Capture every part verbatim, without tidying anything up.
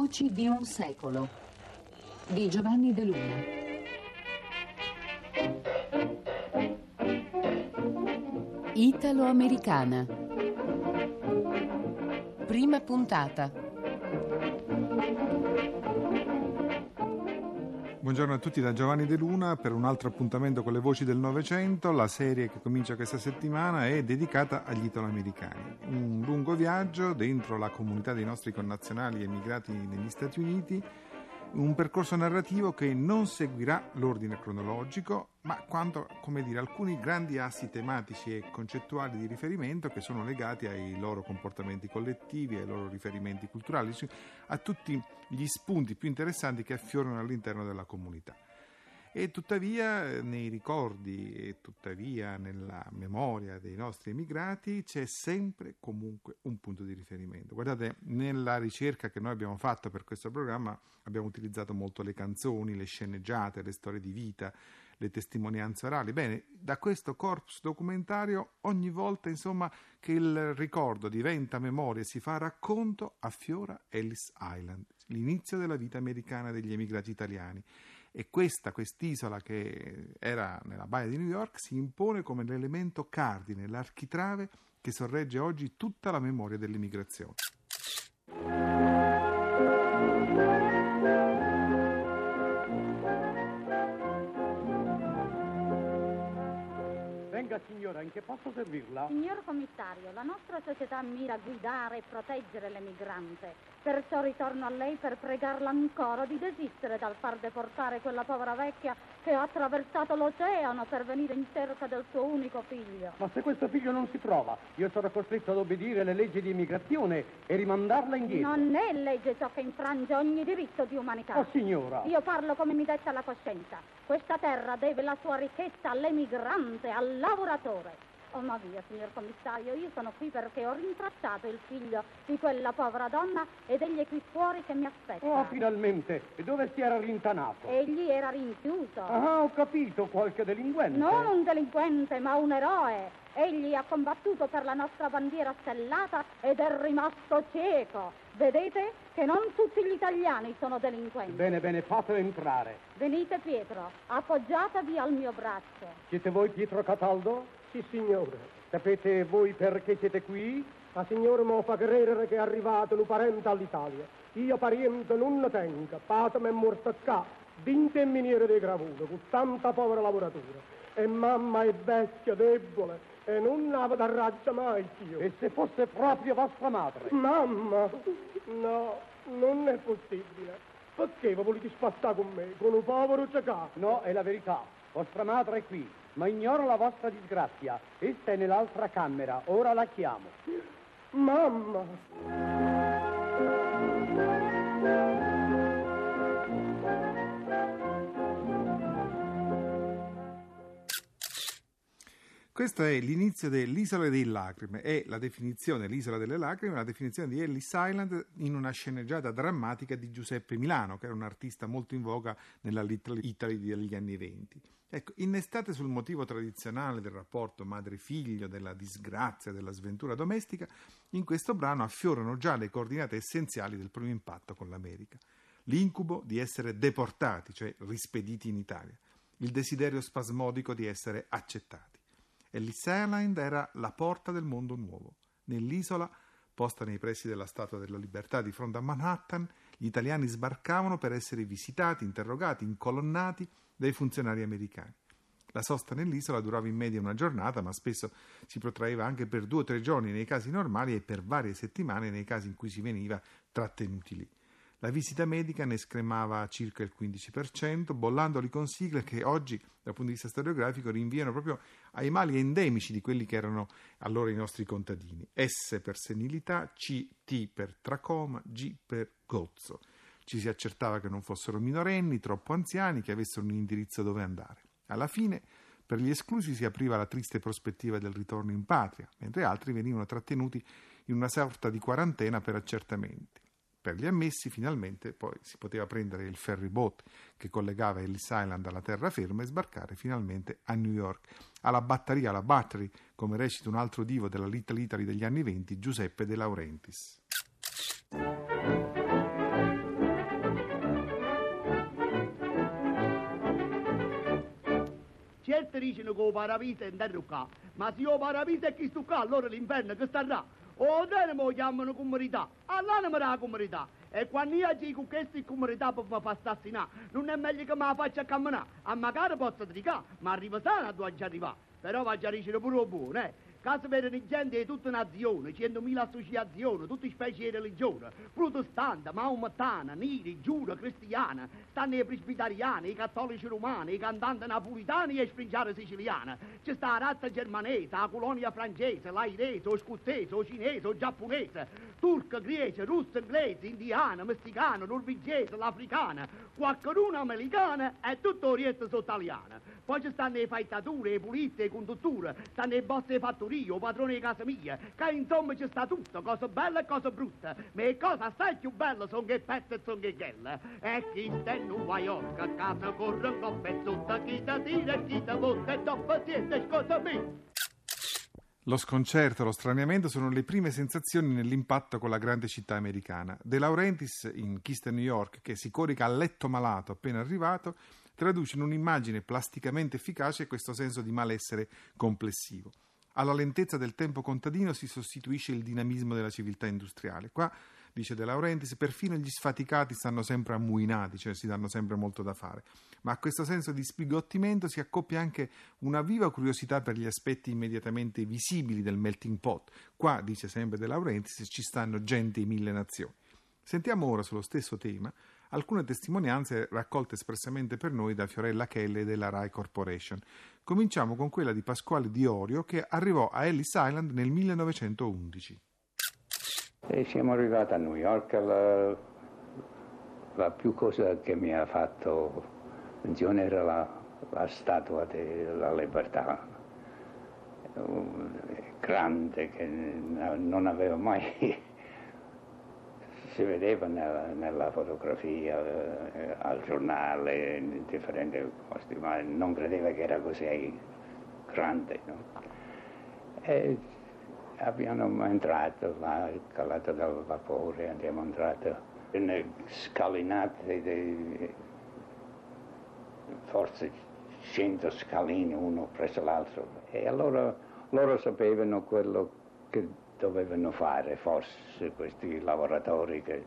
Voci di un secolo di Giovanni De Luna. Italo-americana. Prima puntata. Buongiorno a tutti da Giovanni De Luna per un altro appuntamento con le voci del Novecento. La serie che comincia questa settimana è dedicata agli italo-americani. Un lungo viaggio dentro la comunità dei nostri connazionali emigrati negli Stati Uniti, un percorso narrativo che non seguirà l'ordine cronologico, ma quanto, come dire, alcuni grandi assi tematici e concettuali di riferimento che sono legati ai loro comportamenti collettivi, ai loro riferimenti culturali, a tutti gli spunti più interessanti che affiorano all'interno della comunità. E tuttavia nei ricordi e tuttavia nella memoria dei nostri emigrati c'è sempre comunque un punto di riferimento. Guardate, nella ricerca che noi abbiamo fatto per questo programma abbiamo utilizzato molto le canzoni, le sceneggiate, le storie di vita, le testimonianze orali. Bene, da questo corpus documentario ogni volta insomma che il ricordo diventa memoria e si fa racconto, affiora Ellis Island, l'inizio della vita americana degli emigrati italiani. E questa, quest'isola che era nella baia di New York si impone come l'elemento cardine, l'architrave che sorregge oggi tutta la memoria dell'immigrazione. Venga signora, in che posso servirla? Signor commissario, la nostra società mira a guidare e proteggere l'emigrante. Perciò ritorno a lei per pregarla ancora di desistere dal far deportare quella povera vecchia che ha attraversato l'oceano per venire in cerca del suo unico figlio. Ma se questo figlio non si trova, io sarò costretto ad obbedire alle leggi di immigrazione e rimandarla indietro. Non è legge ciò che infrange ogni diritto di umanità. Oh signora! Io parlo come mi detta la coscienza. Questa terra deve la sua ricchezza all'emigrante, al lavoratore. Oh, ma via, signor commissario, io sono qui perché ho rintracciato il figlio di quella povera donna ed egli è qui fuori che mi aspetta. Oh, finalmente! E dove si era rintanato? Egli era rinchiuso. Ah, ho capito, qualche delinquente. Non un delinquente, ma un eroe. Egli ha combattuto per la nostra bandiera stellata ed è rimasto cieco. Vedete che non tutti gli italiani sono delinquenti. Bene, bene, fatelo entrare. Venite, Pietro, appoggiatevi al mio braccio. Siete voi Pietro Cataldo? Sì, signore. Sapete voi perché siete qui? La signora mi fa credere che è arrivato un parente all'Italia. Io pariente non ne tengo, padre mi è morto qua, vinte miniere di gravure, con tanta povera lavoratura. E mamma è vecchia, debole, e non aveva da razza mai più. E se fosse proprio vostra madre? Mamma, no, non è possibile. Perché vi volete spassare con me, con un povero ciecato? No, è la verità. Vostra madre è qui, ma ignoro la vostra disgrazia. Essa è nell'altra camera, ora la chiamo. Mamma! Questo è l'inizio dell'Isola delle Lacrime e la definizione, l'Isola delle Lacrime, la definizione di Ellis Island in una sceneggiata drammatica di Giuseppe Milano, che era un artista molto in voga nella Little Italy degli anni venti. Ecco, innestate sul motivo tradizionale del rapporto madre-figlio, della disgrazia, della sventura domestica, in questo brano affiorano già le coordinate essenziali del primo impatto con l'America. L'incubo di essere deportati, cioè rispediti in Italia, il desiderio spasmodico di essere accettati. Ellis Island era la porta del mondo nuovo. Nell'isola, posta nei pressi della Statua della Libertà di fronte a Manhattan, gli italiani sbarcavano per essere visitati, interrogati, incolonnati dai funzionari americani. La sosta nell'isola durava in media una giornata, ma spesso si protraeva anche per due o tre giorni nei casi normali e per varie settimane nei casi in cui si veniva trattenuti lì. La visita medica ne scremava circa il quindici per cento, bollandoli con sigle che oggi, dal punto di vista storiografico, rinviano proprio ai mali endemici di quelli che erano allora i nostri contadini. S per senilità, C, T per tracoma, G per gozzo. Ci si accertava che non fossero minorenni, troppo anziani, che avessero un indirizzo dove andare. Alla fine, per gli esclusi si apriva la triste prospettiva del ritorno in patria, mentre altri venivano trattenuti in una sorta di quarantena per accertamenti. Per gli ammessi, finalmente, poi si poteva prendere il ferry boat che collegava Ellis Island alla terraferma e sbarcare finalmente a New York, alla batteria, alla Battery, come recita un altro divo della Little Italy degli anni venti, Giuseppe De Laurentiis. Certo dicono che il paradiso è in terra qua, ma se il paradiso è chi sta qua, allora l'inferno che starà? O te lo chiamano comunità, all'anima la comunità. E quando io dico che questa comunità per mi fa assassinare, non è meglio che me la faccia camminare. A magari posso tricare, ma arriva sana tu a già arrivare. Però va già dicere pure buono, eh. Caso per le gente di tutta nazione, centomila associazioni, tutte specie di religione, protestante, maomettana, neri, giuda, cristiana, stanno i presbiteriani, i cattolici romani, i cantanti napolitani e i springiari siciliani. C'è sta la razza germanese, la colonia francese, l'airese, o scozzese, o cinese, o giapponese, turco, greco, russo, inglese, indiano, messicano, norvegese, l'africana, qualcuno americana e tutto il resto sono italiano. Poi ci stanno le faettature, le pulizie, le condutture, stanno i boss di fattoria, o padrone di casa mia, che insomma ci sta tutto, cose belle e cose brutte. Ma le cose assai più belle sono che pezze e sono che ghelle. E chi sta in New York, a casa corre un po' pezzotta, chi ti tira e chi ti botta e dopo siete scotami. Lo sconcerto e lo straniamento sono le prime sensazioni nell'impatto con la grande città americana. De Laurentiis, in Chi sta in New York, che si corica a letto malato appena arrivato, traduce in un'immagine plasticamente efficace questo senso di malessere complessivo. Alla lentezza del tempo contadino si sostituisce il dinamismo della civiltà industriale. Qua, dice De Laurentiis, perfino gli sfaticati stanno sempre ammuinati, cioè si danno sempre molto da fare. Ma a questo senso di sbigottimento si accoppia anche una viva curiosità per gli aspetti immediatamente visibili del melting pot. Qua, dice sempre De Laurentiis, ci stanno gente di mille nazioni. Sentiamo ora sullo stesso tema alcune testimonianze raccolte espressamente per noi da Fiorella Kelly della Rai Corporation. Cominciamo con quella di Pasquale Diorio, che arrivò a Ellis Island nel millenovecentoundici. E siamo arrivati a New York, la, la più cosa che mi ha fatto menzione era la, la statua della libertà, grande, che non avevo mai... si vedeva nella, nella fotografia, eh, al giornale, in differenti posti, ma non credeva che era così grande, no? E abbiamo entrato là, calato dal vapore, abbiamo entrato in scalinate di forse cento scalini uno presso l'altro, e allora loro sapevano quello che dovevano fare, forse questi lavoratori che,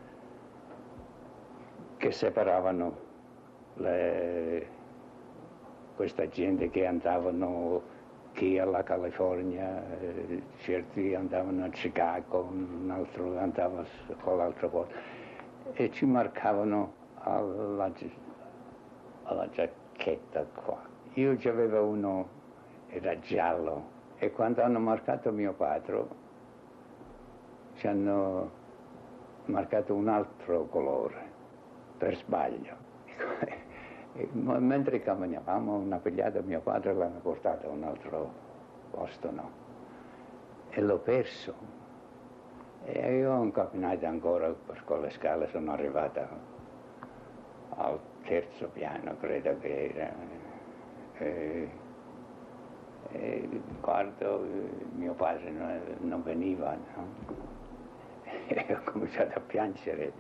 che separavano le, questa gente che andavano chi alla California, eh, certi andavano a Chicago, un altro andava con l'altro posto, e ci marcavano alla, alla giacchetta qua. Io c'avevo uno, era giallo, e quando hanno marcato mio padre ci hanno marcato un altro colore per sbaglio. E mentre camminavamo, una pigliata mio padre l'hanno portato a un altro posto, no? E l'ho perso. E io ho camminato ancora per quelle scale, sono arrivata al terzo piano, credo che era. E, e guardo, mio padre non, non veniva, no? E ho cominciato a piangere.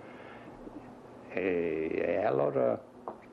E, e allora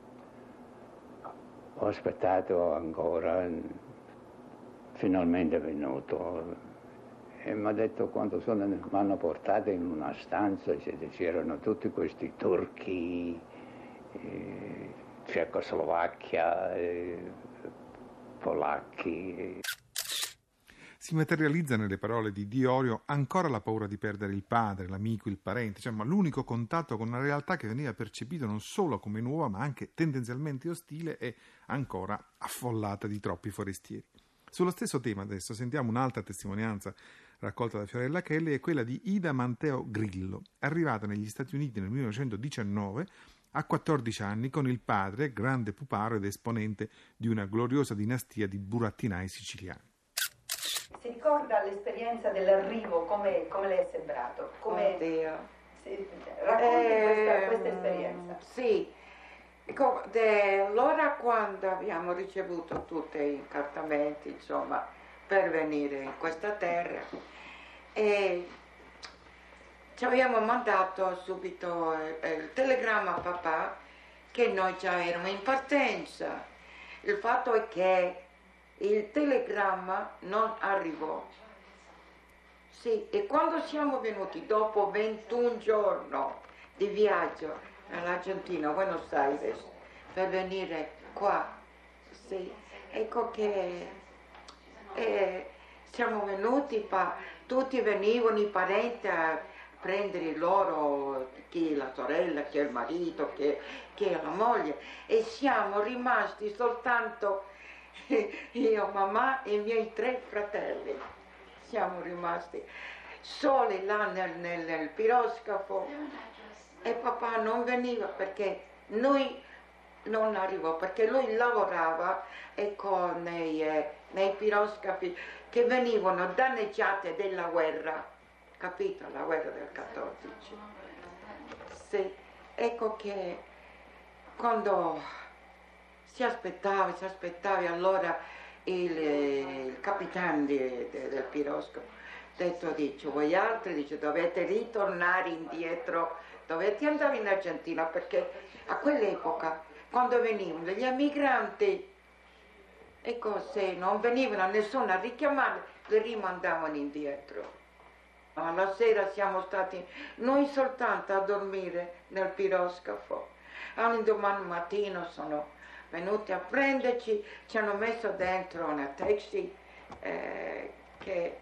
ho aspettato ancora, finalmente è venuto, e mi ha detto, quando sono, mi hanno portato in una stanza, c'erano tutti questi turchi, eh, Cecoslovacchia, eh, polacchi. Si materializza nelle parole di Diorio ancora la paura di perdere il padre, l'amico, il parente, cioè, ma l'unico contatto con una realtà che veniva percepita non solo come nuova, ma anche tendenzialmente ostile e ancora affollata di troppi forestieri. Sullo stesso tema adesso sentiamo un'altra testimonianza raccolta da Fiorella Kelly, è quella di Ida Manteo Grillo, arrivata negli Stati Uniti nel millenovecentodiciannove a quattordici anni con il padre, grande puparo ed esponente di una gloriosa dinastia di burattinai siciliani. Si ricorda l'esperienza dell'arrivo, come, come le è sembrato? Come... Oddio. Si, racconti eh, questa, questa esperienza. Sì, de, allora quando abbiamo ricevuto tutti i incartamenti, insomma, per venire in questa terra, e ci abbiamo mandato subito il, il telegramma a papà che noi già eravamo in partenza. il fatto è che il telegramma non arrivò. Sì, e quando siamo venuti dopo ventuno giorni di viaggio all'Argentina, Buenos Aires, per venire qua, sì, ecco che eh, siamo venuti, pa, tutti venivano i parenti a prendere loro, chi è la sorella, chi è il marito, chi è, chi è la moglie, e siamo rimasti soltanto io, mamma e i miei tre fratelli. Siamo rimasti soli là nel, nel, nel piroscafo e papà non veniva perché noi non arrivò, perché lui lavorava ecco, nei, eh, nei piroscafi che venivano danneggiati dalla guerra, capito? La guerra del quattordici. Sì, ecco che quando si aspettava, si aspettava allora il, il capitano di, de, del piroscafo ha detto, dice, voi altri dice, dovete ritornare indietro, dovete andare in Argentina, perché a quell'epoca quando venivano gli emigranti, ecco, se non venivano nessuno a richiamare, li rimandavano indietro. Alla sera siamo stati noi soltanto a dormire nel piroscafo. All'indomani mattino sono venuti a prenderci, ci hanno messo dentro una taxi eh, che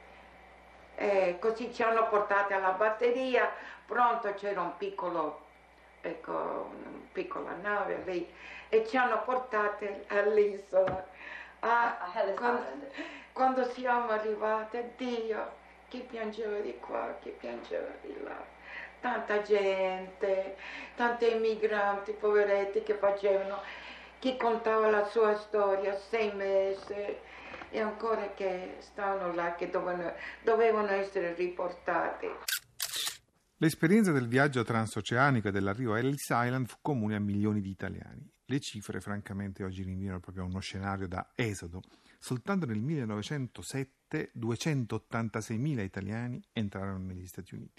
eh, così ci hanno portati alla batteria. Pronto c'era un piccolo, ecco, una piccola nave lì e ci hanno portati all'isola. Ah, quando, quando siamo arrivati, Dio, chi piangeva di qua, chi piangeva di là. Tanta gente, tanti immigranti, poveretti che facevano, chi contava la sua storia, sei mesi, e ancora che stavano là, che dovevano, dovevano essere riportati. L'esperienza del viaggio transoceanico e dell'arrivo a Ellis Island fu comune a milioni di italiani. Le cifre, francamente, oggi rinviano proprio a uno scenario da esodo. Soltanto nel millenovecentosette duecentottantaseimila italiani entrarono negli Stati Uniti.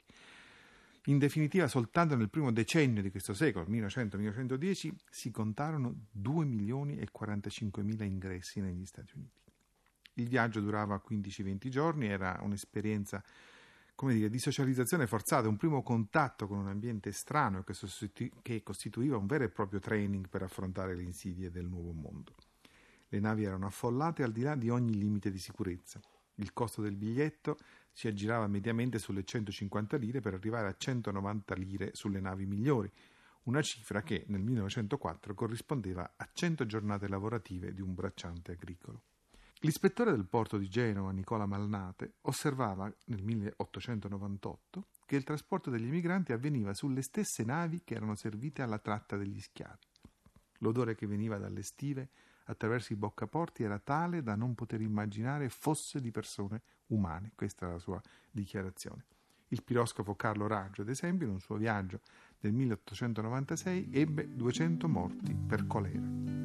In definitiva, soltanto nel primo decennio di questo secolo, millenovecento millenovecentodieci, si contarono due milioni e quarantacinquemila ingressi negli Stati Uniti. Il viaggio durava quindici venti giorni, era un'esperienza, come dire, di socializzazione forzata, un primo contatto con un ambiente estraneo che, sostitu- che costituiva un vero e proprio training per affrontare le insidie del nuovo mondo. Le navi erano affollate al di là di ogni limite di sicurezza. Il costo del biglietto si aggirava mediamente sulle centocinquanta lire per arrivare a centonovanta lire sulle navi migliori, una cifra che nel millenovecentoquattro corrispondeva a cento giornate lavorative di un bracciante agricolo. L'ispettore del porto di Genova, Nicola Malnate, osservava nel milleottocentonovantotto che il trasporto degli emigranti avveniva sulle stesse navi che erano servite alla tratta degli schiavi. L'odore che veniva dalle stive attraverso i boccaporti era tale da non poter immaginare fosse di persone umane. Questa è la sua dichiarazione. Il piroscafo Carlo Raggio, ad esempio, in un suo viaggio del milleottocentonovantasei ebbe duecento morti per colera.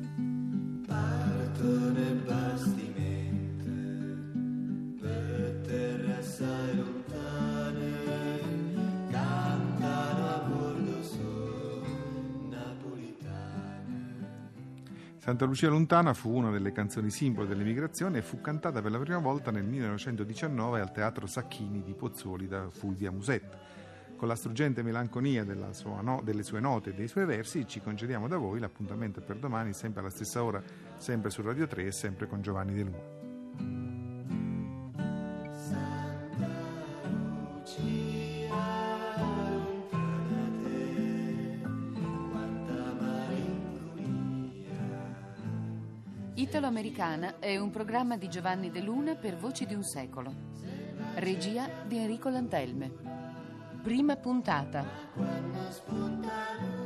Partono e bastimenti per terre assai lontane, cantano a bordo su napolitane. Santa Lucia Lontana fu una delle canzoni simbolo dell'emigrazione e fu cantata per la prima volta nel millenovecentodiciannove al Teatro Sacchini di Pozzuoli da Fulvia Musetta. Con la struggente melanconia della sua no, delle sue note e dei suoi versi ci concediamo da voi. L'appuntamento è per domani, sempre alla stessa ora, sempre su Radio tre e sempre con Giovanni De Luna. Italo-Americana è un programma di Giovanni De Luna per Voci di un secolo. Regia di Enrico Lantelme. Prima puntata.